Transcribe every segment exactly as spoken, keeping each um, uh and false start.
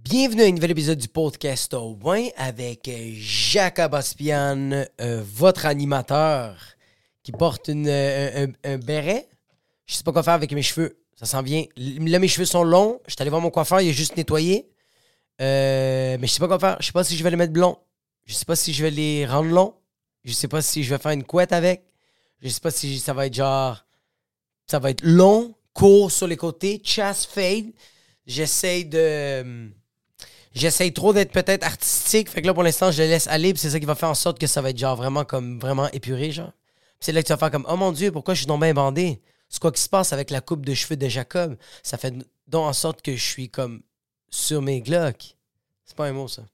Bienvenue à un nouvel épisode du podcast au Win avec Jacob Ospian, euh, votre animateur qui porte une, euh, un, un béret. Je sais pas quoi faire avec mes cheveux. Ça s'en vient. Là, mes cheveux sont longs. Je suis allé voir mon coiffeur, il a juste nettoyé. Euh, mais je sais pas quoi faire. Je sais pas si je vais les mettre blonds. Je sais pas si je vais les rendre longs. Je sais pas si je vais faire une couette avec. Je sais pas si ça va être genre... Ça va être long, court sur les côtés, chasse, fade. J'essaye de... J'essaye trop d'être peut-être artistique. Fait que là, pour l'instant, je le laisse aller. Puis c'est ça qui va faire en sorte que ça va être genre vraiment comme vraiment épuré, genre. Puis c'est là que tu vas faire comme, oh mon Dieu, pourquoi je suis donc bien bandé? C'est quoi qui se passe avec la coupe de cheveux de Jacob? Ça fait donc en sorte que je suis comme sur mes glocks. C'est pas un mot, ça.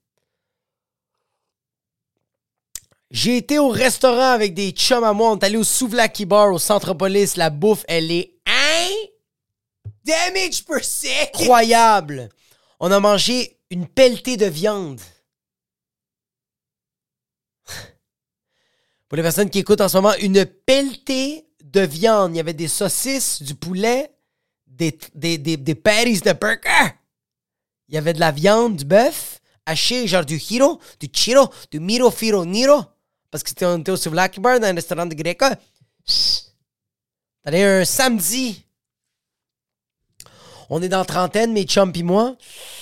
J'ai été au restaurant avec des chums à moi. On est allé au Souvlaki Bar, au Centropolis. La bouffe, elle est hein? Damage per se! Incroyable! On a mangé une pelletée de viande. Pour les personnes qui écoutent en ce moment, une pelletée de viande. Il y avait des saucisses, du poulet, des, des, des, des patties de burger. Il y avait de la viande, du bœuf, haché, genre du hiro, du chiro, du miro, firo, niro. Parce que c'était, on était au Souvlaki Bar, dans un restaurant de Greco. C'était un samedi. On est dans la trentaine, mes chums pis moi.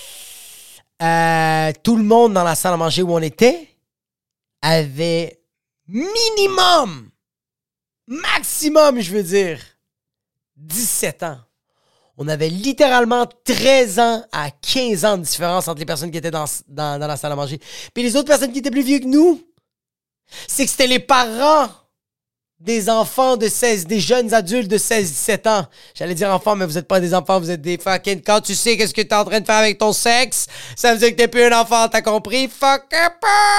Euh, tout le monde dans la salle à manger où on était avait minimum, maximum, je veux dire, dix-sept ans. On avait littéralement treize ans à quinze ans de différence entre les personnes qui étaient dans, dans, dans la salle à manger. Puis les autres personnes qui étaient plus vieux que nous, c'est que c'était les parents des enfants de seize, des jeunes adultes de seize dix-sept ans. J'allais dire enfants, mais vous êtes pas des enfants, vous êtes des fucking... Quand tu sais qu'est-ce que t'es en train de faire avec ton sexe, ça veut dire que t'es plus un enfant, t'as compris? Fuck up!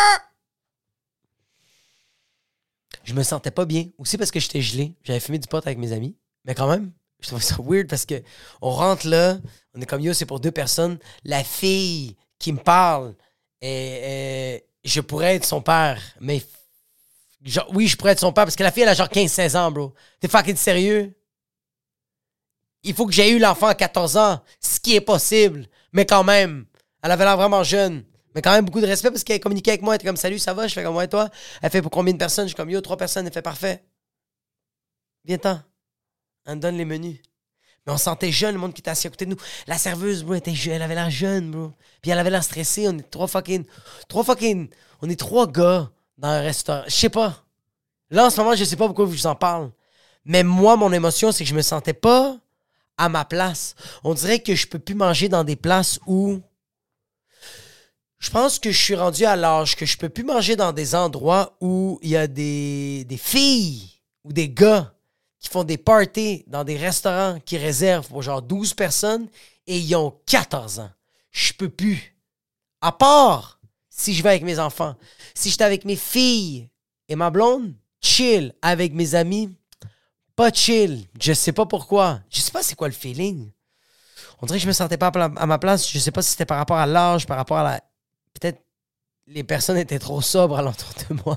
Je me sentais pas bien. Aussi parce que j'étais gelé. J'avais fumé du pot avec mes amis. Mais quand même, je trouvais ça weird parce que on rentre là, on est comme yo, c'est pour deux personnes. La fille qui me parle, et, et, je pourrais être son père, mais... Genre, oui, je pourrais être son père parce que la fille, elle a genre quinze seize ans, bro. T'es fucking sérieux? Il faut que j'aie eu l'enfant à quatorze ans, ce qui est possible. Mais quand même, elle avait l'air vraiment jeune. Mais quand même beaucoup de respect parce qu'elle communiquait avec moi. Elle était comme, salut, ça va? Je fais comme, ouais, toi? Elle fait pour combien de personnes? Je suis comme, yo, trois personnes. Elle fait, parfait. Viens-t'en. Elle me donne les menus. Mais on sentait jeune, le monde qui était assis à côté de nous. La serveuse, bro, elle était jeune. Elle avait l'air jeune, bro. Puis elle avait l'air stressée. On est trois fucking... Trois fucking... On est trois gars dans un restaurant. Je sais pas. Là, en ce moment, je sais pas pourquoi je vous en parle. Mais moi, mon émotion, c'est que je me sentais pas à ma place. On dirait que je peux plus manger dans des places où... Je pense que je suis rendu à l'âge que je peux plus manger dans des endroits où il y a des, des filles ou des gars qui font des parties dans des restaurants qui réservent pour genre douze personnes et ils ont quatorze ans. Je peux plus. À part si je vais avec mes enfants. Si j'étais avec mes filles et ma blonde, chill. Avec mes amis, pas chill. Je sais pas pourquoi. Je sais pas c'est quoi le feeling. On dirait que je me sentais pas à ma place. Je sais pas si c'était par rapport à l'âge, par rapport à la... Peut-être les personnes étaient trop sobres alentour de moi.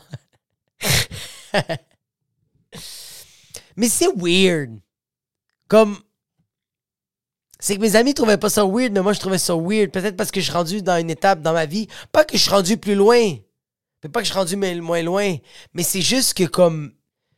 Mais c'est weird. Comme... C'est que mes amis trouvaient pas ça weird, mais moi, je trouvais ça weird. Peut-être parce que je suis rendu dans une étape dans ma vie. Pas que je suis rendu plus loin. Mais pas que je suis rendu moins loin. Mais c'est juste que comme...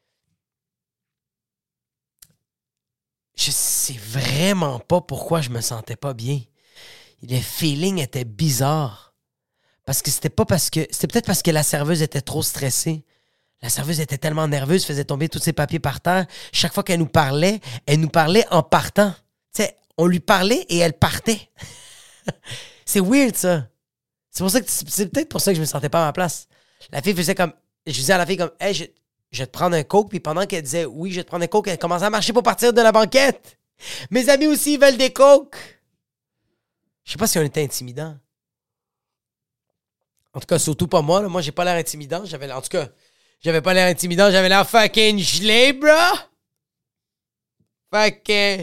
Je sais vraiment pas pourquoi je me sentais pas bien. Le feeling était bizarre. Parce que c'était pas parce que... C'était peut-être parce que la serveuse était trop stressée. La serveuse était tellement nerveuse, faisait tomber tous ses papiers par terre. Chaque fois qu'elle nous parlait, elle nous parlait en partant. Tu sais, on lui parlait et elle partait. C'est weird, ça. C'est pour ça que c'est peut-être pour ça que je me sentais pas à ma place. La fille faisait comme... Je disais à la fille comme... Hey, je, je vais te prendre un coke. Puis pendant qu'elle disait oui, je vais te prendre un coke, elle commençait à marcher pour partir de la banquette. Mes amis aussi, ils veulent des cokes. Je sais pas si on était intimidant. En tout cas, surtout pas moi. Là. Moi, j'ai pas l'air intimidant. J'avais, en tout cas, j'avais pas l'air intimidant. J'avais l'air fucking gelé, bro. Fait que...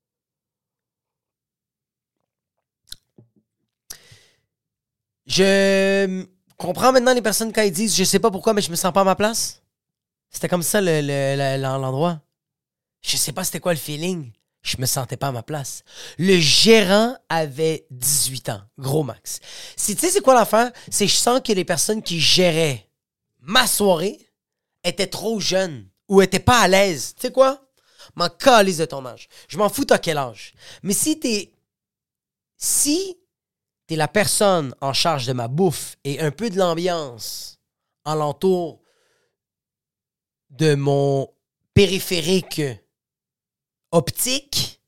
Je comprends maintenant les personnes quand ils disent je sais pas pourquoi, mais je me sens pas à ma place. C'était comme ça le, le, le, l'endroit. Je sais pas c'était quoi le feeling. Je me sentais pas à ma place. Le gérant avait dix-huit ans, gros max. Si, tu sais, c'est quoi l'affaire? C'est que je sens que les personnes qui géraient ma soirée étaient trop jeunes ou étaient pas à l'aise. Tu sais quoi? M'en calisse de ton âge. Je m'en fous t'as quel âge. Mais si t'es... Si t'es la personne en charge de ma bouffe et un peu de l'ambiance alentour de mon périphérique optique,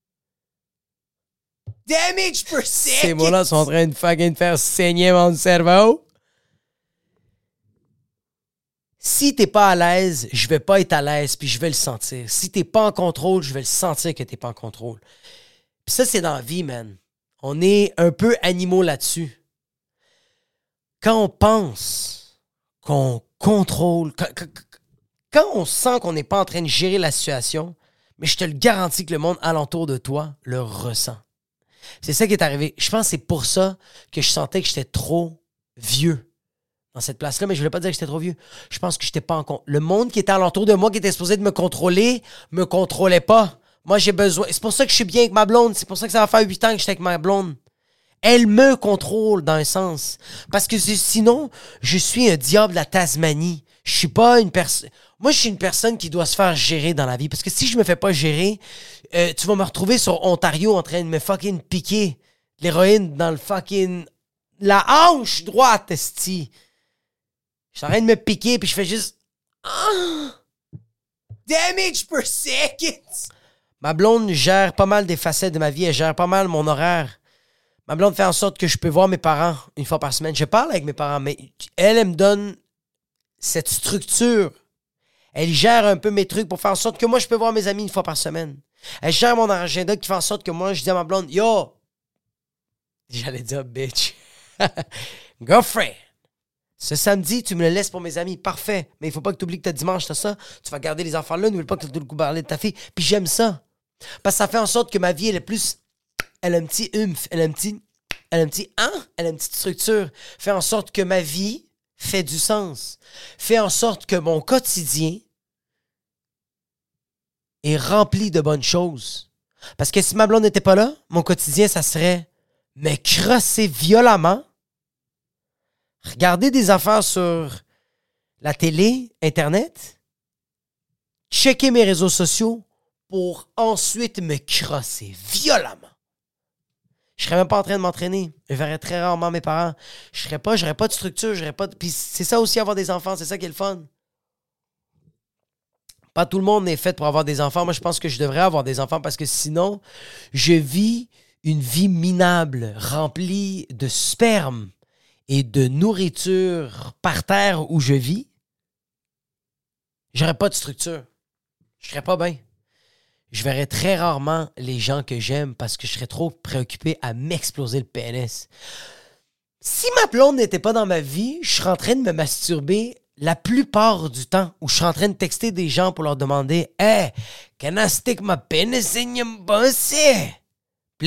damage per second. Ces mots-là sont en train de fucking faire saigner mon cerveau. Si t'es pas à l'aise, je vais pas être à l'aise, puis je vais le sentir. Si t'es pas en contrôle, je vais le sentir que t'es pas en contrôle. Puis ça, c'est dans la vie, man. On est un peu animaux là-dessus. Quand on pense qu'on contrôle, quand, quand, quand on sent qu'on n'est pas en train de gérer la situation, mais je te le garantis que le monde alentour de toi le ressent. C'est ça qui est arrivé. Je pense que c'est pour ça que je sentais que j'étais trop vieux dans cette place-là, mais je voulais pas dire que j'étais trop vieux. Je pense que j'étais pas en compte. Le monde qui était alentour de moi, qui était supposé de me contrôler, me contrôlait pas. Moi, j'ai besoin. C'est pour ça que je suis bien avec ma blonde. C'est pour ça que ça va faire huit ans que j'étais avec ma blonde. Elle me contrôle dans un sens. Parce que sinon, je suis un diable de la Tasmanie. Je suis pas une personne... Moi, je suis une personne qui doit se faire gérer dans la vie. Parce que si je me fais pas gérer, euh, tu vas me retrouver sur Ontario en train de me fucking piquer l'héroïne dans le fucking... La hanche droite, esti. Je suis en train de me piquer, puis je fais juste... Ah! Damage per second! Ma blonde gère pas mal des facettes de ma vie. Elle gère pas mal mon horaire. Ma blonde fait en sorte que je peux voir mes parents une fois par semaine. Je parle avec mes parents, mais elle, elle me donne cette structure. Elle gère un peu mes trucs pour faire en sorte que moi, je peux voir mes amis une fois par semaine. Elle gère mon agenda qui fait en sorte que moi, je dis à ma blonde, « Yo! » J'allais dire « Bitch! » Girlfriend! Ce samedi, tu me le laisses pour mes amis. Parfait. Mais il faut pas que tu oublies que t'as dimanche, t'as ça. Tu vas garder les enfants là. N'oublie pas que tu as le coup parler de ta fille. Puis j'aime ça. Parce que ça fait en sorte que ma vie, elle est plus... Elle a un petit humph. Elle a un petit... Elle a un petit... Hein? Elle a une petite structure. Fait en sorte que ma vie fait du sens. Fait en sorte que mon quotidien est rempli de bonnes choses. Parce que si ma blonde n'était pas là, mon quotidien, ça serait me crosser violemment, regarder des affaires sur la télé, Internet, checker mes réseaux sociaux pour ensuite me crosser violemment. Je serais même pas en train de m'entraîner. Je verrais très rarement mes parents. Je serais pas, j'aurais pas de structure, j'aurais pas de... Puis c'est ça aussi avoir des enfants, c'est ça qui est le fun. Pas tout le monde est fait pour avoir des enfants. Moi, je pense que je devrais avoir des enfants parce que sinon, je vis une vie minable, remplie de sperme et de nourriture par terre où je vis. J'aurais pas de structure. Je serais pas bien. Je verrais très rarement les gens que j'aime parce que je serais trop préoccupé à m'exploser le pénis. Si ma blonde n'était pas dans ma vie, je serais en train de me masturber la plupart du temps où je suis en train de texter des gens pour leur demander « Hey, can I stick my penis in your pussy? Please? »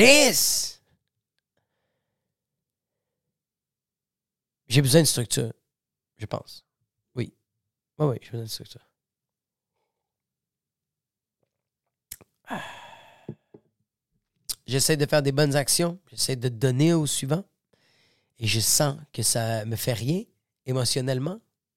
J'ai besoin de structure, je pense. Oui. Oui, oui, j'ai besoin de structure. J'essaie de faire des bonnes actions. J'essaie de donner au suivant. Et je sens que ça me fait rien émotionnellement.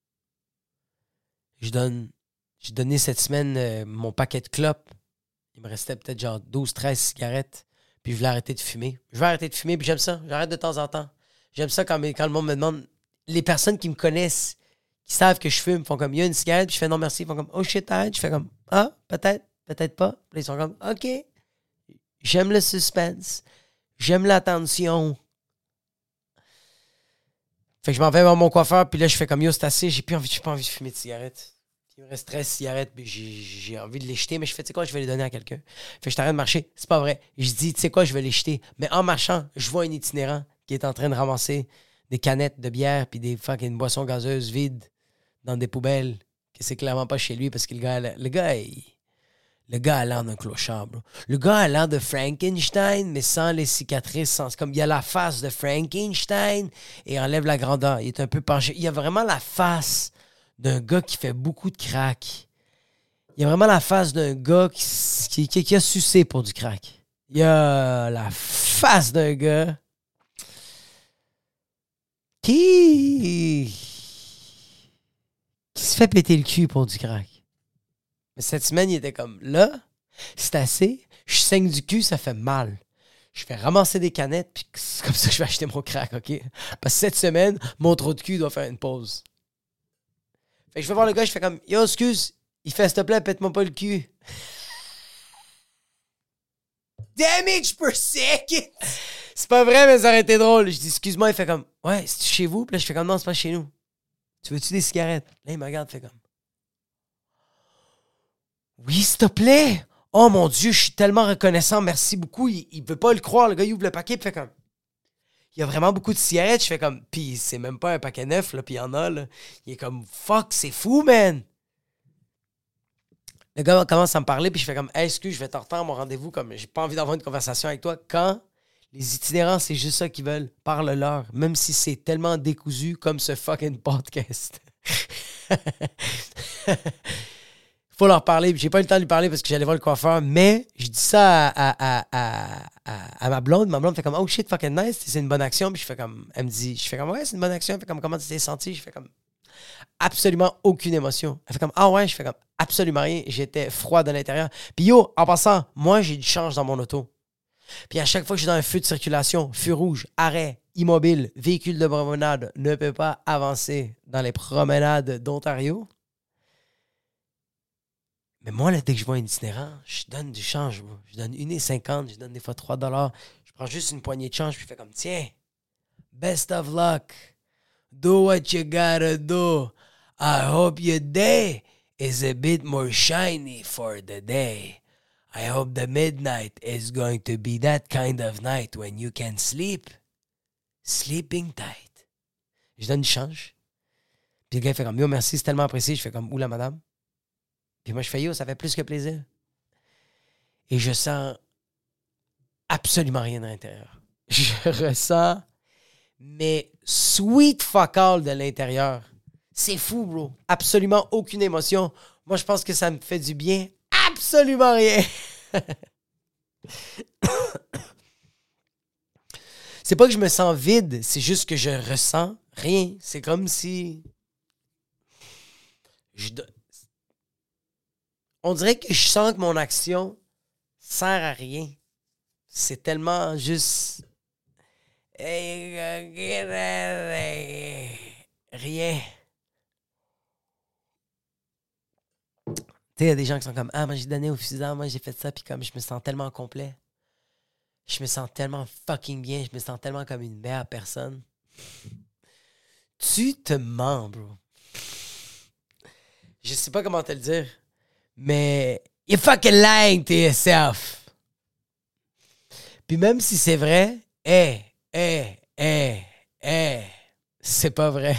Je donne... J'ai donné cette semaine euh, mon paquet de clopes. Il me restait peut-être genre douze treize cigarettes. Puis je voulais arrêter de fumer. Je veux arrêter de fumer, puis j'aime ça. J'arrête de temps en temps. J'aime ça quand, quand le monde me demande... Les personnes qui me connaissent, qui savent que je fume, font comme, il y a une cigarette, puis je fais non merci. Ils font comme, oh shit, arrête. Je fais comme, ah, peut-être, peut-être pas. Puis ils sont comme, OK. J'aime le suspense. J'aime l'attention. Fait que je m'en vais voir mon coiffeur, puis là, je fais comme, yo, c'est assez, j'ai plus envie, j'ai pas envie de fumer de cigarettes. Il me reste treize cigarettes, puis j'ai, j'ai envie de les jeter, mais je fais, tu sais quoi, je vais les donner à quelqu'un. Fait que je t'arrête de marcher. C'est pas vrai. Je dis, tu sais quoi, je vais les jeter. Mais en marchant, je vois un itinérant qui est en train de ramasser des canettes de bière puis des fucking boissons gazeuses vides dans des poubelles, que c'est clairement pas chez lui parce que le gars, le gars, il, le gars a l'air d'un clochard, bro. Le gars a l'air de Frankenstein, mais sans les cicatrices, sans, c'est comme il a la face de Frankenstein et enlève la grandeur. Il est un peu penché. Il a vraiment la face d'un gars qui fait beaucoup de crack. Il y a vraiment la face d'un gars qui, qui, qui, qui a sucé pour du crack. Il y a la face d'un gars qui... qui se fait péter le cul pour du crack. Mais cette semaine, il était comme, là, c'est assez, je saigne du cul, ça fait mal. Je vais ramasser des canettes, puis c'est comme ça que je vais acheter mon crack, OK? Parce que cette semaine, mon trou de cul doit faire une pause. Fait que je vais voir le gars, je fais comme, yo, excuse, il fait, s'il te plaît, pète-moi pas le cul. Damage per second! C'est pas vrai, mais ça aurait été drôle. Je dis, excuse-moi, il fait comme, ouais, c'est chez vous? Puis là, je fais comme, non, c'est pas chez nous. Tu veux-tu des cigarettes? Là, il me regarde, fait comme, oui, s'il te plaît. Oh mon Dieu, je suis tellement reconnaissant, merci beaucoup. Il, il veut pas le croire, le gars, il ouvre le paquet, puis fait comme, il y a vraiment beaucoup de cigarettes. Je fais comme, puis c'est même pas un paquet neuf, là, puis il y en a, là. Il est comme, fuck, c'est fou, man. Le gars commence à me parler, puis je fais comme, hey, excuse, je vais t'en retard mon rendez-vous, comme, j'ai pas envie d'avoir une conversation avec toi. Quand les itinérants, c'est juste ça qu'ils veulent, parle-leur, même si c'est tellement décousu comme ce fucking podcast. Faut leur parler. J'ai pas eu le temps de lui parler parce que j'allais voir le coiffeur, mais je dis ça à, à, à, à, à ma blonde. Ma blonde fait comme, oh shit, fucking nice, c'est une bonne action. Puis je fais comme, elle me dit, je fais comme, ouais, c'est une bonne action. Elle fait comme, comment tu t'es senti? Je fais comme, absolument aucune émotion. Elle fait comme, ah ouais, je fais comme, absolument rien. J'étais froid de l'intérieur. Puis yo, en passant, moi, j'ai du change dans mon auto. Puis à chaque fois que je suis dans un feu de circulation, feu rouge, arrêt, immobile, véhicule de promenade ne peut pas avancer dans les promenades d'Ontario. Mais moi, là, dès que je vois un itinérant, je donne du change. Bro. Je donne une cinquante, je donne des fois trois dollars. Je prends juste une poignée de change, puis je fais comme, tiens, best of luck. Do what you gotta do. I hope your day is a bit more shiny for the day. I hope the midnight is going to be that kind of night when you can sleep. Sleeping tight. Je donne du change. Puis le gars, il fait comme, yo, merci, c'est tellement apprécié. Je fais comme, oula, madame. Puis moi, je fais, yo, ça fait plus que plaisir. Et je sens absolument rien à l'intérieur. Je ressens mes sweet fuck all de l'intérieur. C'est fou, bro. Absolument aucune émotion. Moi, je pense que ça me fait du bien. Absolument rien. C'est pas que je me sens vide, c'est juste que je ressens rien. C'est comme si... Je... On dirait que je sens que mon action sert à rien. C'est tellement juste... Rien. Tu sais, il y a des gens qui sont comme, ah, moi j'ai donné au fusil, moi j'ai fait ça, puis comme je me sens tellement complet. Je me sens tellement fucking bien, je me sens tellement comme une meilleure personne. Tu te mens, bro. Je sais pas comment te le dire, mais you're fucking lying to yourself. Puis même si c'est vrai, eh, eh, eh, eh, c'est pas vrai.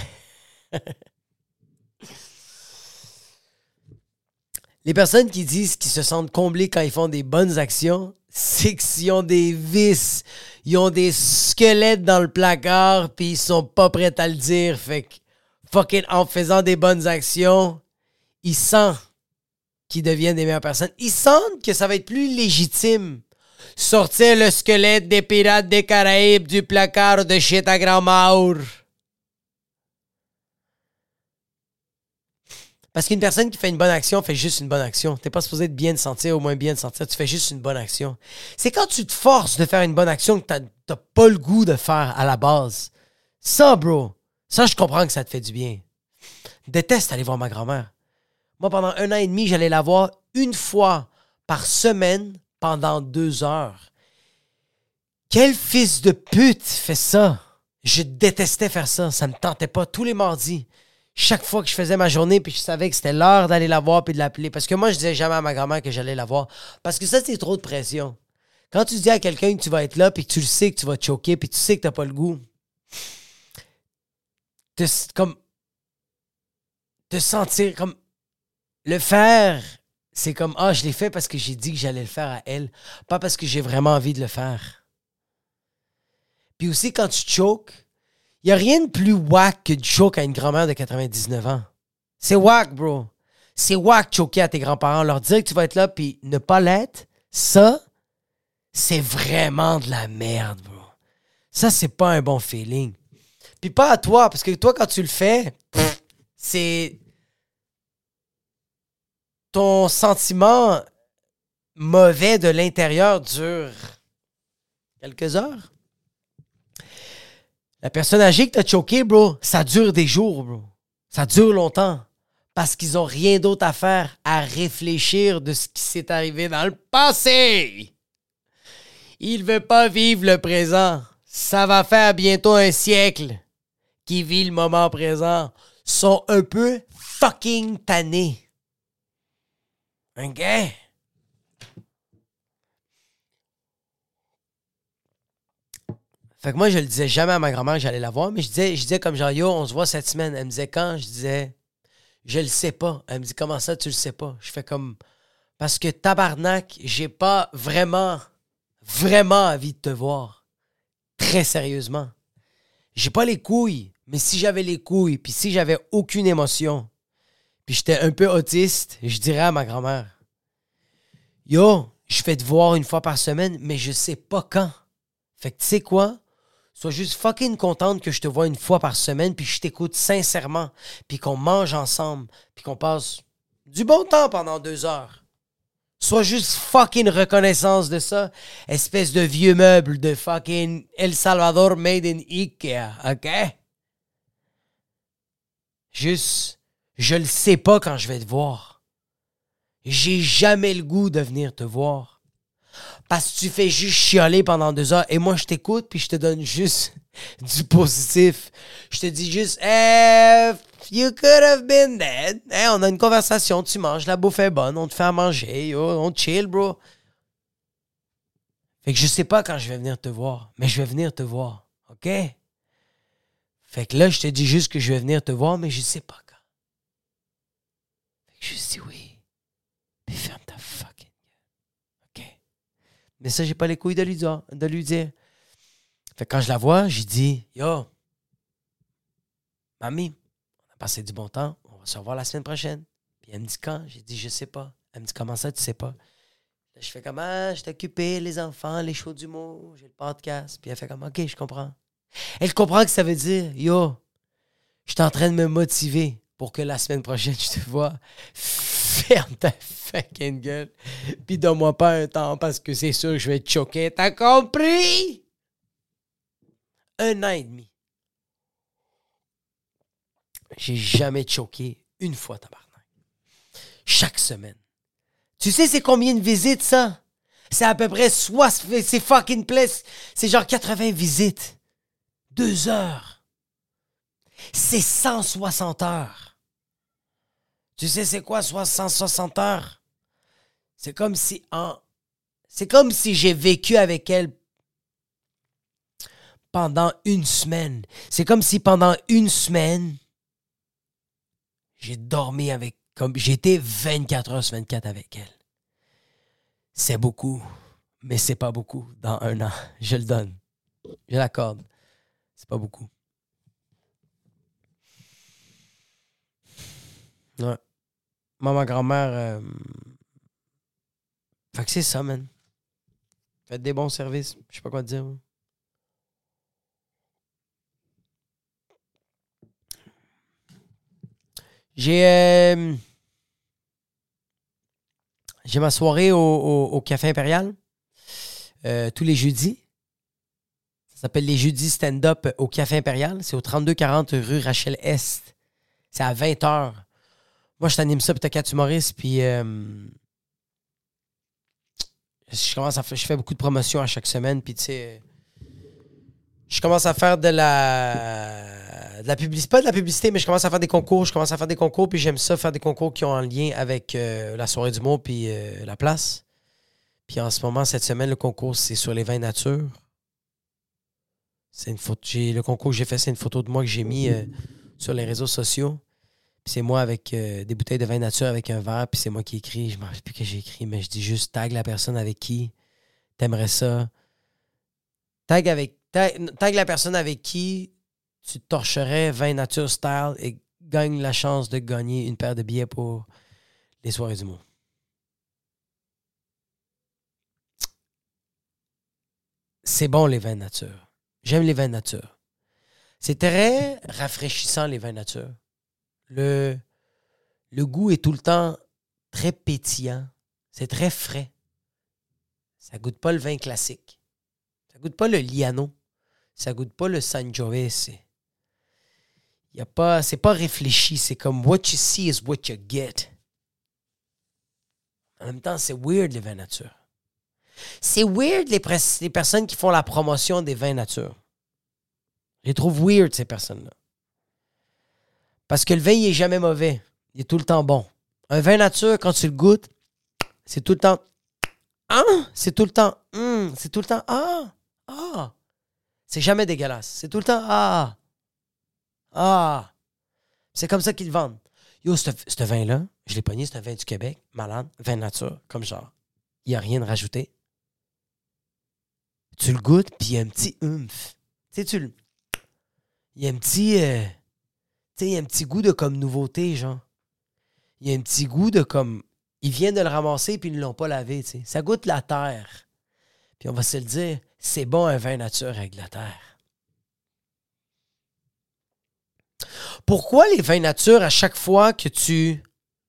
Les personnes qui disent qu'ils se sentent comblés quand ils font des bonnes actions, c'est qu'ils ont des vices, ils ont des squelettes dans le placard, puis ils sont pas prêts à le dire. Fait que, fucking, en faisant des bonnes actions, ils sentent qu'ils deviennent des meilleures personnes. Ils sentent que ça va être plus légitime. Sortir le squelette des pirates des Caraïbes du placard de chez ta grand-mère. Parce qu'une personne qui fait une bonne action fait juste une bonne action. T'es pas supposé être bien de sentir, au moins bien de sentir. Tu fais juste une bonne action. C'est quand tu te forces de faire une bonne action que t'as, t'as pas le goût de faire à la base. Ça, bro, ça, je comprends que ça te fait du bien. Je déteste aller voir ma grand-mère. Moi, pendant un an et demi, j'allais la voir une fois par semaine pendant deux heures. Quel fils de pute fait ça? Je détestais faire ça. Ça me tentait pas tous les mardis. Chaque fois que je faisais ma journée, puis je savais que c'était l'heure d'aller la voir puis de l'appeler. Parce que moi, je disais jamais à ma grand-mère que j'allais la voir. Parce que ça, c'est trop de pression. Quand tu dis à quelqu'un que tu vas être là, puis que tu le sais que tu vas te choquer, puis tu sais que t'as pas le goût, te, comme, te sentir comme... Le faire, c'est comme, ah, je l'ai fait parce que j'ai dit que j'allais le faire à elle, pas parce que j'ai vraiment envie de le faire. Puis aussi, quand tu choques, il n'y a rien de plus whack que de choke à une grand-mère de quatre-vingt-dix-neuf ans. C'est whack, bro. C'est wack choquer à tes grands-parents. Leur dire que tu vas être là puis ne pas l'être, ça, c'est vraiment de la merde, bro. Ça, c'est pas un bon feeling. Puis pas à toi, parce que toi, quand tu le fais, pff, c'est... Ton sentiment mauvais de l'intérieur dure quelques heures. La personne âgée que t'as choqué, bro, ça dure des jours, bro. Ça dure longtemps. Parce qu'ils ont rien d'autre à faire à réfléchir de ce qui s'est arrivé dans le passé. Ils ne veulent pas vivre le présent. Ça va faire bientôt un siècle qu'ils vivent le moment présent. Sont un peu fucking tannés. OK? Fait que moi, je le disais jamais à ma grand-mère que j'allais la voir, mais je disais, je disais comme genre, yo, on se voit cette semaine. Elle me disait quand? Je disais, je le sais pas. Elle me dit, comment ça, tu le sais pas? Je fais comme, parce que tabarnak, j'ai pas vraiment, vraiment envie de te voir. Très sérieusement. J'ai pas les couilles, mais si j'avais les couilles, puis si j'avais aucune émotion, puis j'étais un peu autiste, je dirais à ma grand-mère, yo, je vais te voir une fois par semaine, mais je sais pas quand. Fait que tu sais quoi? Sois juste fucking contente que je te vois une fois par semaine, puis je t'écoute sincèrement, puis qu'on mange ensemble, puis qu'on passe du bon temps pendant deux heures. Sois juste fucking reconnaissance de ça. Espèce de vieux meuble de fucking El Salvador made in Ikea, OK? Juste, je le sais pas quand je vais te voir. J'ai jamais le goût de venir te voir. Parce que tu fais juste chialer pendant deux heures. Et moi, je t'écoute, puis je te donne juste du positif. Je te dis juste, hey, you could have been dead. Hey, on a une conversation, tu manges, la bouffe est bonne, on te fait à manger, yo, on chill, bro. Fait que je sais pas quand je vais venir te voir, mais je vais venir te voir, OK? Fait que là, je te dis juste que je vais venir te voir, mais je sais pas quand. Fait que je dis oui. Puis ferme ta fucking gueule. OK? Mais ça, j'ai pas les couilles de lui dire. De lui dire. Fait que quand je la vois, j'ai dit, yo, mamie, on a passé du bon temps, on va se revoir la semaine prochaine. Puis elle me dit quand? J'ai dit, je sais pas. Elle me dit, comment ça, tu sais pas? Là, je fais comme, ah, je t'ai occupé, les enfants, les shows d'humour, j'ai le podcast. Puis elle fait comme, OK, je comprends. Elle comprend que ça veut dire, yo, je suis en train de me motiver pour que la semaine prochaine, je te vois. Ferme ta fucking gueule. Puis donne-moi pas un temps parce que c'est sûr que je vais te choquer. T'as compris? Un an et demi. J'ai jamais choqué une fois, tabarnak. Chaque semaine. Tu sais c'est combien de visites, ça? C'est à peu près soit c'est fucking place. C'est genre quatre-vingts visites. Deux heures. C'est cent soixante heures. Tu sais c'est quoi cent soixante heures? C'est comme si en... C'est comme si j'ai vécu avec elle pendant une semaine. C'est comme si pendant une semaine, j'ai dormi avec... Comme j'étais vingt-quatre heures sur vingt-quatre avec elle. C'est beaucoup, mais c'est pas beaucoup dans un an. Je le donne. Je l'accorde. C'est pas beaucoup. Ouais. Moi, ma grand-mère... Euh... Fait que c'est ça, man. Faites des bons services. Je sais pas quoi te dire. Moi. J'ai... Euh... J'ai ma soirée au, au, au Café Impérial. Euh, tous les jeudis. Ça s'appelle les jeudis stand-up au Café Impérial. C'est au trente-deux quarante rue Rachel-Est. C'est à vingt heures. Moi, je t'anime ça, puis t'as quatre humoristes, puis euh, je commence à faire, je fais beaucoup de promotions à chaque semaine, puis tu sais, je commence à faire de la, de la publicité, pas de la publicité, mais je commence à faire des concours, je commence à faire des concours, puis j'aime ça, faire des concours qui ont un lien avec euh, la soirée d'humour, puis euh, la place. Puis en ce moment, cette semaine, le concours, c'est sur les vins nature. C'est une photo, j'ai, le concours que j'ai fait, c'est une photo de moi que j'ai mis euh, sur les réseaux sociaux. Puis c'est moi avec euh, des bouteilles de vin nature avec un verre, puis c'est moi qui écris. Je ne me rappelle plus que j'ai écrit, mais je dis juste tag la personne avec qui t'aimerais ça. Tag, avec, tag, tag la personne avec qui tu torcherais vin nature style et gagne la chance de gagner une paire de billets pour les soirées d'humour. C'est bon, les vins nature. J'aime les vins nature. C'est très rafraîchissant, les vins nature. Le, le goût est tout le temps très pétillant. C'est très frais. Ça goûte pas le vin classique. Ça goûte pas le Liano. Ça goûte pas le Sangiovese. Y a pas, c'est pas réfléchi. C'est comme what you see is what you get. En même temps, c'est weird, les vins nature. C'est weird, les, pres- les personnes qui font la promotion des vins nature. Je les trouve weird, ces personnes-là. Parce que le vin, il est jamais mauvais. Il est tout le temps bon. Un vin nature, quand tu le goûtes, c'est tout le temps... Ah! C'est tout le temps... Hum, c'est tout le temps... Ah! Ah! C'est jamais dégueulasse. C'est tout le temps... Ah! Ah! C'est comme ça qu'ils le vendent. Yo, ce vin-là, je l'ai pogné, c'est un vin du Québec, malade, vin nature, comme genre. Il n'y a rien de rajouté. Tu le goûtes, puis il y a un petit oomph. Tu sais, tu le... Il y a un petit... Euh... Tu sais, il y a un petit goût de comme nouveauté, genre. Il y a un petit goût de comme... Ils viennent de le ramasser, puis ils ne l'ont pas lavé, tu sais. Ça goûte la terre. Puis on va se le dire, c'est bon un vin nature avec de la terre. Pourquoi les vins nature, à chaque fois que tu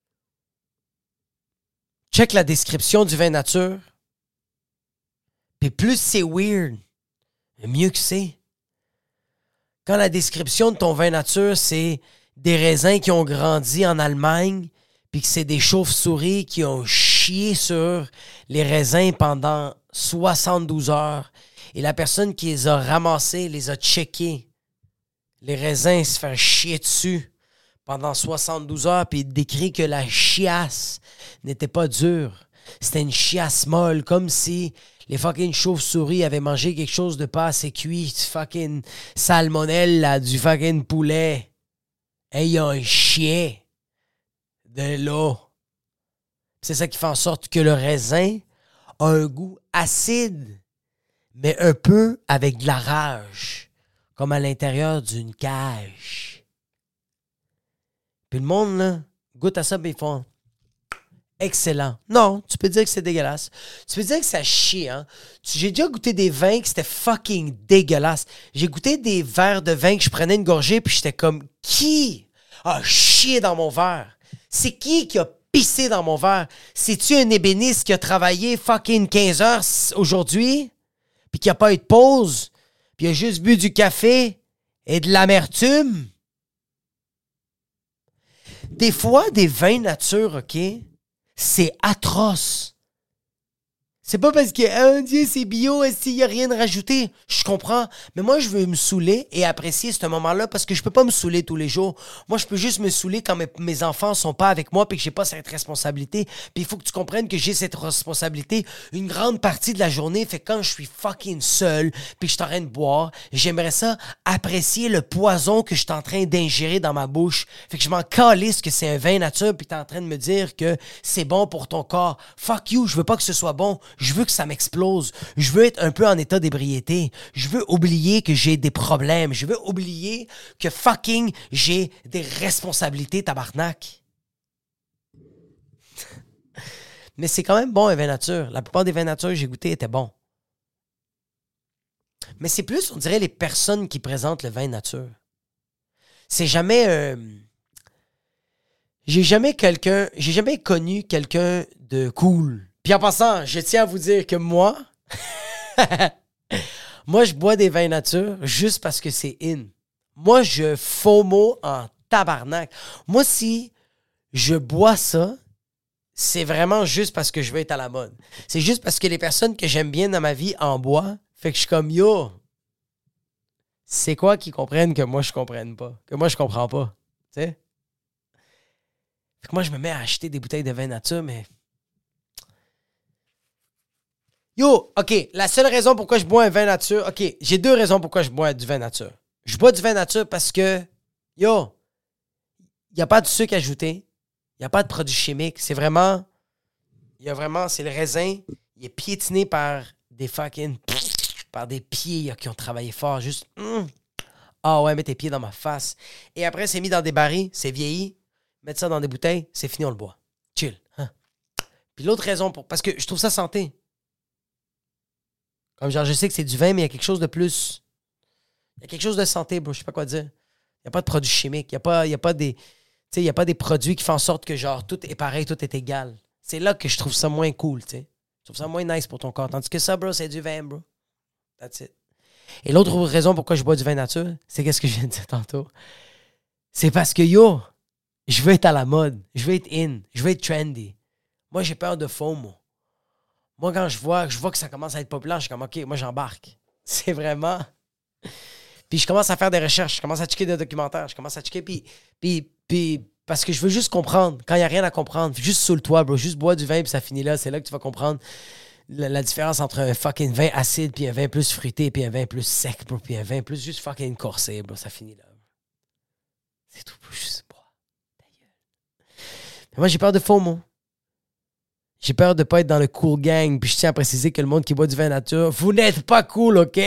check la description du vin nature, puis plus c'est weird, mieux que c'est. Quand la description de ton vin nature, c'est des raisins qui ont grandi en Allemagne, puis que c'est des chauves-souris qui ont chié sur les raisins pendant soixante-douze heures, et la personne qui les a ramassés, les a checkés, les raisins se faire chier dessus pendant soixante-douze heures, puis il décrit que la chiasse n'était pas dure. C'était une chiasse molle, comme si les fucking chauves-souris avaient mangé quelque chose de pas assez cuit, du fucking salmonelle, là, du fucking poulet. Et il y a un chien de l'eau. C'est ça qui fait en sorte que le raisin a un goût acide, mais un peu avec de la rage, comme à l'intérieur d'une cage. Puis le monde, là, goûte à ça, puis ils font excellent. Non, tu peux dire que c'est dégueulasse. Tu peux dire que ça chie, hein. J'ai déjà goûté des vins qui c'était fucking dégueulasse. J'ai goûté des verres de vin que je prenais une gorgée, puis j'étais comme, qui a chié dans mon verre? C'est qui qui a pissé dans mon verre? C'est-tu un ébéniste qui a travaillé fucking quinze heures aujourd'hui, puis qui a pas eu de pause, puis il a juste bu du café et de l'amertume? Des fois, des vins nature, OK, c'est atroce. C'est pas parce que, oh Dieu, c'est bio, s'il n'y a rien de rajouté. Je comprends. Mais moi, je veux me saouler et apprécier ce moment-là parce que je peux pas me saouler tous les jours. Moi, je peux juste me saouler quand mes, mes enfants sont pas avec moi et que j'ai pas cette responsabilité. Puis il faut que tu comprennes que j'ai cette responsabilité une grande partie de la journée. Fait que quand je suis fucking seul puis que je suis en train de boire, j'aimerais ça apprécier le poison que je suis en train d'ingérer dans ma bouche. Fait que je m'en calisse que c'est un vin nature puis t'es en train de me dire que c'est bon pour ton corps. Fuck you, je veux pas que ce soit bon. Je veux que ça m'explose. Je veux être un peu en état d'ébriété. Je veux oublier que j'ai des problèmes. Je veux oublier que fucking j'ai des responsabilités, tabarnak. Mais c'est quand même bon, un vin nature. La plupart des vins nature que j'ai goûté étaient bons. Mais c'est plus, on dirait, les personnes qui présentent le vin nature. C'est jamais... Euh... J'ai jamais quelqu'un... J'ai jamais connu quelqu'un de cool. Puis en passant, je tiens à vous dire que moi, moi, je bois des vins nature juste parce que c'est in. Moi, je FOMO en tabarnak. Moi, si je bois ça, c'est vraiment juste parce que je veux être à la mode. C'est juste parce que les personnes que j'aime bien dans ma vie en boivent. Fait que je suis comme, yo, c'est quoi qu'ils comprennent que moi, je comprenne pas? Que moi, je comprends pas. Tu sais? Fait que moi, je me mets à acheter des bouteilles de vin nature, mais... Yo, OK, la seule raison pourquoi je bois un vin nature... OK, j'ai deux raisons pourquoi je bois du vin nature. Je bois du vin nature parce que, yo, il n'y a pas de sucre ajouté, il n'y a pas de produits chimiques. C'est vraiment... Il y a vraiment... C'est le raisin, il est piétiné par des fucking... par des pieds qui ont travaillé fort, juste... Mm. Ah ouais, mets tes pieds dans ma face. Et après, c'est mis dans des barils, c'est vieilli, mettre ça dans des bouteilles, c'est fini, on le boit. Chill. Puis l'autre raison, pour, parce que je trouve ça santé. Comme genre, je sais que c'est du vin, mais il y a quelque chose de plus... Il y a quelque chose de santé, bro. Je sais pas quoi dire. Il n'y a pas de produits chimiques. Il n'y a pas, il y a pas des... Tu sais, il n'y a pas des produits qui font en sorte que genre tout est pareil, tout est égal. C'est là que je trouve ça moins cool, tu sais. Je trouve ça moins nice pour ton corps. Tandis que ça, bro, c'est du vin, bro. That's it. Et l'autre raison pourquoi je bois du vin nature, c'est qu'est-ce que je viens de dire tantôt. C'est parce que, yo, je veux être à la mode. Je veux être in. Je veux être trendy. Moi, j'ai peur de FOMO. Moi, quand je vois, je vois que ça commence à être populaire, je suis comme, OK, moi, j'embarque. C'est vraiment... Puis je commence à faire des recherches, je commence à checker des documentaires, je commence à checker, puis, puis, puis parce que je veux juste comprendre. Quand il n'y a rien à comprendre, juste sous le toit, bro, juste bois du vin, puis ça finit là. C'est là que tu vas comprendre la, la différence entre un fucking vin acide, puis un vin plus fruité, puis un vin plus sec, bro, puis un vin plus juste fucking corsé, bro. Ça finit là. C'est tout, bro, juste bois. Ta gueule. Mais moi, j'ai peur de FOMO. J'ai peur de pas être dans le cool gang, puis je tiens à préciser que le monde qui boit du vin nature, vous n'êtes pas cool, OK?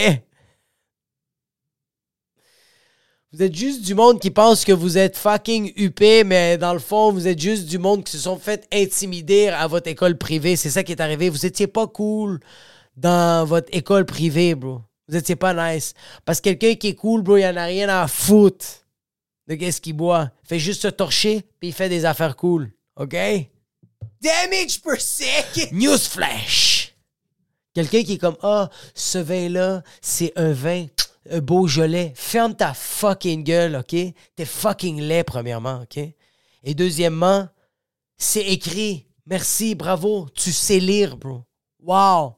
Vous êtes juste du monde qui pense que vous êtes fucking huppé, mais dans le fond, vous êtes juste du monde qui se sont fait intimider à votre école privée. C'est ça qui est arrivé. Vous étiez pas cool dans votre école privée, bro. Vous étiez pas nice. Parce que quelqu'un qui est cool, bro, il en a rien à foutre de qu'est-ce qu'il boit. Il fait juste se torcher, puis il fait des affaires cool. OK? Damage per sec! Newsflash! Quelqu'un qui est comme, ah, oh, ce vin-là, c'est un vin... un Beaujolais, ferme ta fucking gueule, OK? T'es fucking laid, premièrement, OK? Et deuxièmement, c'est écrit. Merci, bravo, tu sais lire, bro. Wow!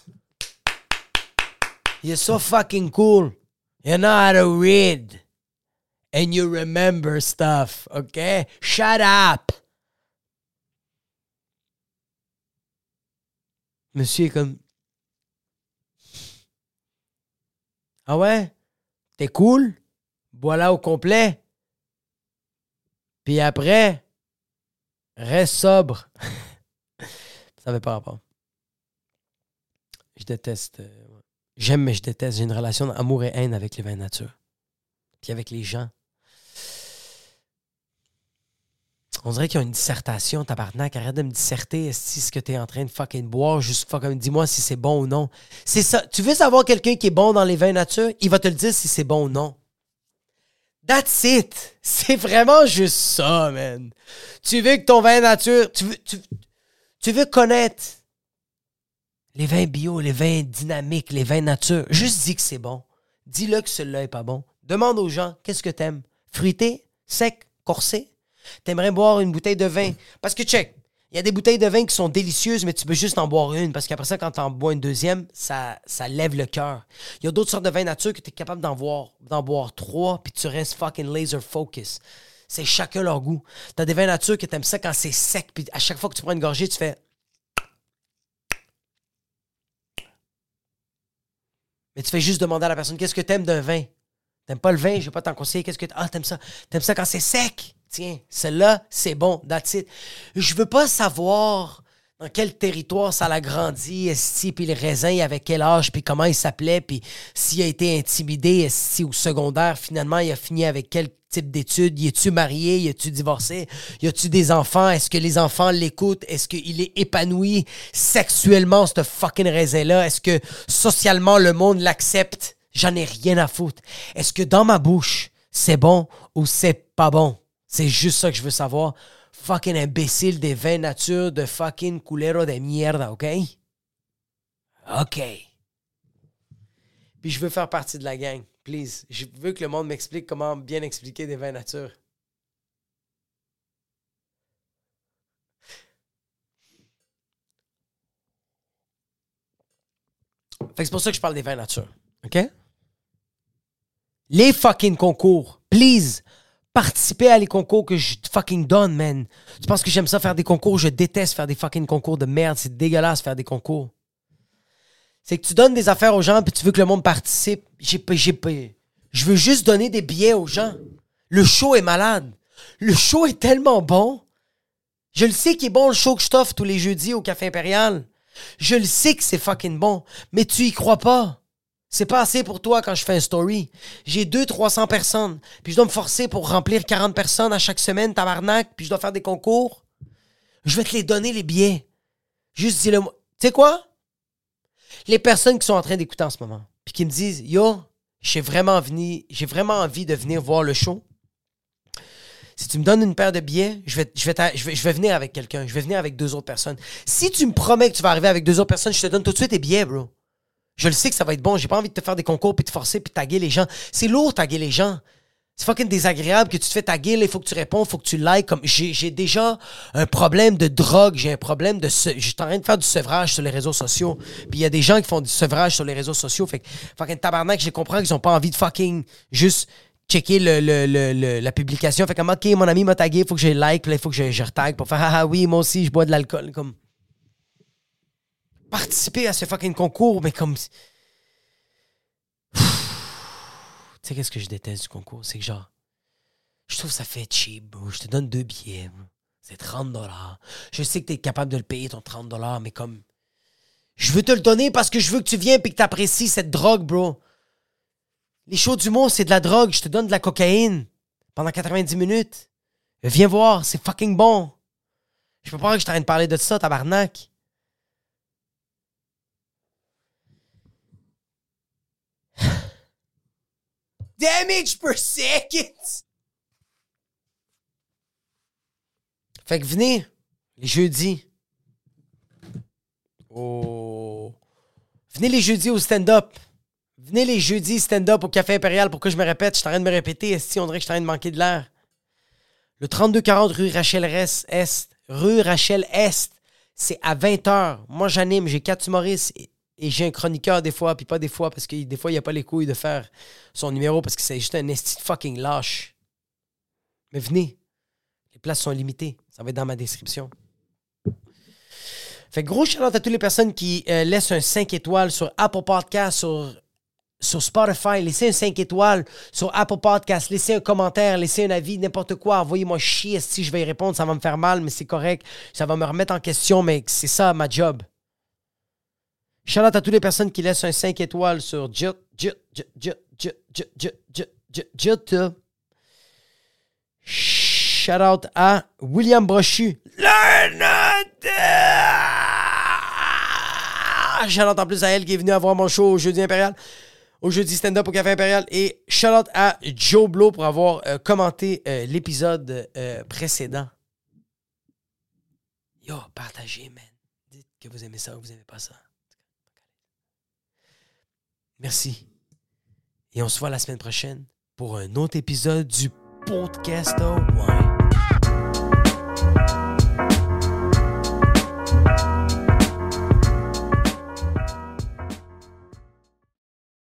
You're so fucking cool. You know how to read. And you remember stuff, OK? Shut up! Monsieur est comme... Ah ouais? T'es cool? Bois-la au complet. Puis après, reste sobre. Ça n'avait pas rapport. Je déteste. Euh, j'aime, mais je déteste. J'ai une relation d'amour et haine avec les vins nature. Puis avec les gens. On dirait qu'ils ont une dissertation, tabarnak. Arrête de me disserter si ce que t'es en train de fucking boire. Juste fucking dis-moi si c'est bon ou non. C'est ça. Tu veux savoir quelqu'un qui est bon dans les vins nature? Il va te le dire si c'est bon ou non. That's it. C'est vraiment juste ça, man. Tu veux que ton vin nature... Tu veux, tu, tu veux connaître les vins bio, les vins dynamiques, les vins nature. Juste dis que c'est bon. Dis-le que celui-là est pas bon. Demande aux gens, qu'est-ce que t'aimes? Fruité? Sec? Corsé? T'aimerais boire une bouteille de vin? Parce que, check, il y a des bouteilles de vin qui sont délicieuses, mais tu peux juste en boire une. Parce qu'après ça, quand t'en bois une deuxième, ça, ça lève le cœur. Il y a d'autres sortes de vins nature que t'es capable d'en boire, d'en boire trois, puis tu restes fucking laser focus. C'est chacun leur goût. T'as des vins nature que t'aimes ça quand c'est sec, puis à chaque fois que tu prends une gorgée, tu fais... Mais tu fais juste demander à la personne, qu'est-ce que t'aimes d'un vin? T'aimes pas le vin? Je vais pas t'en conseiller. Qu'est-ce que t'aimes? Ah, t'aimes ça? T'aimes ça quand c'est sec? Tiens, celle-là, c'est bon. That's it. Je veux pas savoir dans quel territoire ça l'a grandi, esti, puis le raisin, il avait quel âge, puis comment il s'appelait, puis s'il a été intimidé, esti, au secondaire, finalement, il a fini avec quel type d'études. Y es-tu marié? Y es-tu divorcé? Y a-tu des enfants? Est-ce que les enfants l'écoutent? Est-ce qu'il est épanoui sexuellement, ce fucking raisin-là? Est-ce que socialement, le monde l'accepte? J'en ai rien à foutre. Est-ce que dans ma bouche, c'est bon ou c'est pas bon? C'est juste ça que je veux savoir. Fucking imbécile des vins nature de fucking culero de mierda, OK? OK. Puis je veux faire partie de la gang. Please. Je veux que le monde m'explique comment bien expliquer des vins nature. Fait que c'est pour ça que je parle des vins nature. OK? Les fucking concours. Please. Participez à les concours que je fucking donne, man. Tu penses que j'aime ça faire des concours? Je déteste faire des fucking concours de merde. C'est dégueulasse faire des concours. C'est que tu donnes des affaires aux gens puis tu veux que le monde participe. J'ai pas, j'ai pas. Je veux juste donner des billets aux gens. Le show est malade. Le show est tellement bon. Je le sais qu'il est bon, le show que je t'offre tous les jeudis au Café Impérial. Je le sais que c'est fucking bon. Mais tu y crois pas. C'est pas assez pour toi quand je fais un story. J'ai deux cents à trois cents personnes. Puis je dois me forcer pour remplir quarante personnes à chaque semaine, tabarnak. Puis je dois faire des concours. Je vais te les donner, les billets. Juste dis-le-moi. Tu sais quoi? Les personnes qui sont en train d'écouter en ce moment, puis qui me disent, yo, j'ai vraiment, venu, j'ai vraiment envie de venir voir le show. Si tu me donnes une paire de billets, je vais, je vais, je vais, je vais venir avec quelqu'un. Je vais venir avec deux autres personnes. Si tu me promets que tu vas arriver avec deux autres personnes, je te donne tout de suite tes billets, bro. Je le sais que ça va être bon. J'ai pas envie de te faire des concours puis de forcer puis de taguer les gens. C'est lourd, taguer les gens. C'est fucking désagréable que tu te fais taguer. Il faut que tu réponds, il faut que tu likes. Comme j'ai, j'ai déjà un problème de drogue. J'ai un problème de... Se... Je suis en train de faire du sevrage sur les réseaux sociaux. Puis il y a des gens qui font du sevrage sur les réseaux sociaux. Fait que fucking tabarnak, je comprends qu'ils ont pas envie de fucking juste... checker le, le, le, le, la publication. Fait comme, OK, mon ami m'a tagué, il faut que je like, puis là, il faut que je, je retag pour faire, ah, ah oui, moi aussi, je bois de l'alcool. Comme, participer à ce fucking concours, mais comme... Tu sais, qu'est-ce que je déteste du concours? C'est que genre, je trouve que ça fait cheap, bro. Je te donne deux billets, bro. C'est trente dollars. Je sais que t'es capable de le payer, ton trente dollars, mais comme... Je veux te le donner parce que je veux que tu viennes et que t'apprécies cette drogue, bro. Les shows d'humour, c'est de la drogue. Je te donne de la cocaïne pendant quatre-vingt-dix minutes. Viens voir, c'est fucking bon. Je peux pas croire que je t'arrête de parler de ça, tabarnak. Damage per second! Fait que venez, les jeudis. Oh. Venez les jeudis au stand-up. Venez les jeudis stand-up au Café Impérial. Pourquoi je me répète? Je suis en train de me répéter. Est-ce qu'on dirait que je suis en train de manquer de l'air? Le trente-deux quarante rue Rachel Est. Rue Rachel Est. C'est à vingt heures. Moi, j'anime. J'ai quatre humoristes et, et j'ai un chroniqueur des fois. Puis pas des fois, parce que des fois, il n'y a pas les couilles de faire son numéro parce que c'est juste un esti de fucking lâche. Mais venez. Les places sont limitées. Ça va être dans ma description. Fait que gros shout-out à toutes les personnes qui euh, laissent un cinq étoiles sur Apple Podcast, sur... Sur Spotify, laissez un cinq étoiles. Sur Apple Podcast, laissez un commentaire, laissez un avis, n'importe quoi. Envoyez-moi chier si je vais y répondre. Ça va me faire mal, mais c'est correct. Ça va me remettre en question, mais c'est ça ma job. Shout-out à toutes les personnes qui laissent un cinq étoiles sur Jut, Jut, Jut, Jut, Jut, Jut, Jut, Jut, Jut, Jut. Shout-out à William Brochu. Shout-out en plus à elle qui est venue avoir mon show au Jeudi Impérial. Au jeudi stand-up au Café Impérial. Et shout-out à Joe Blow pour avoir euh, commenté euh, l'épisode euh, précédent. Yo, partagez, man. Dites que vous aimez ça ou vous aimez pas ça. Merci. Et on se voit la semaine prochaine pour un autre épisode du podcast. Oh, ouais.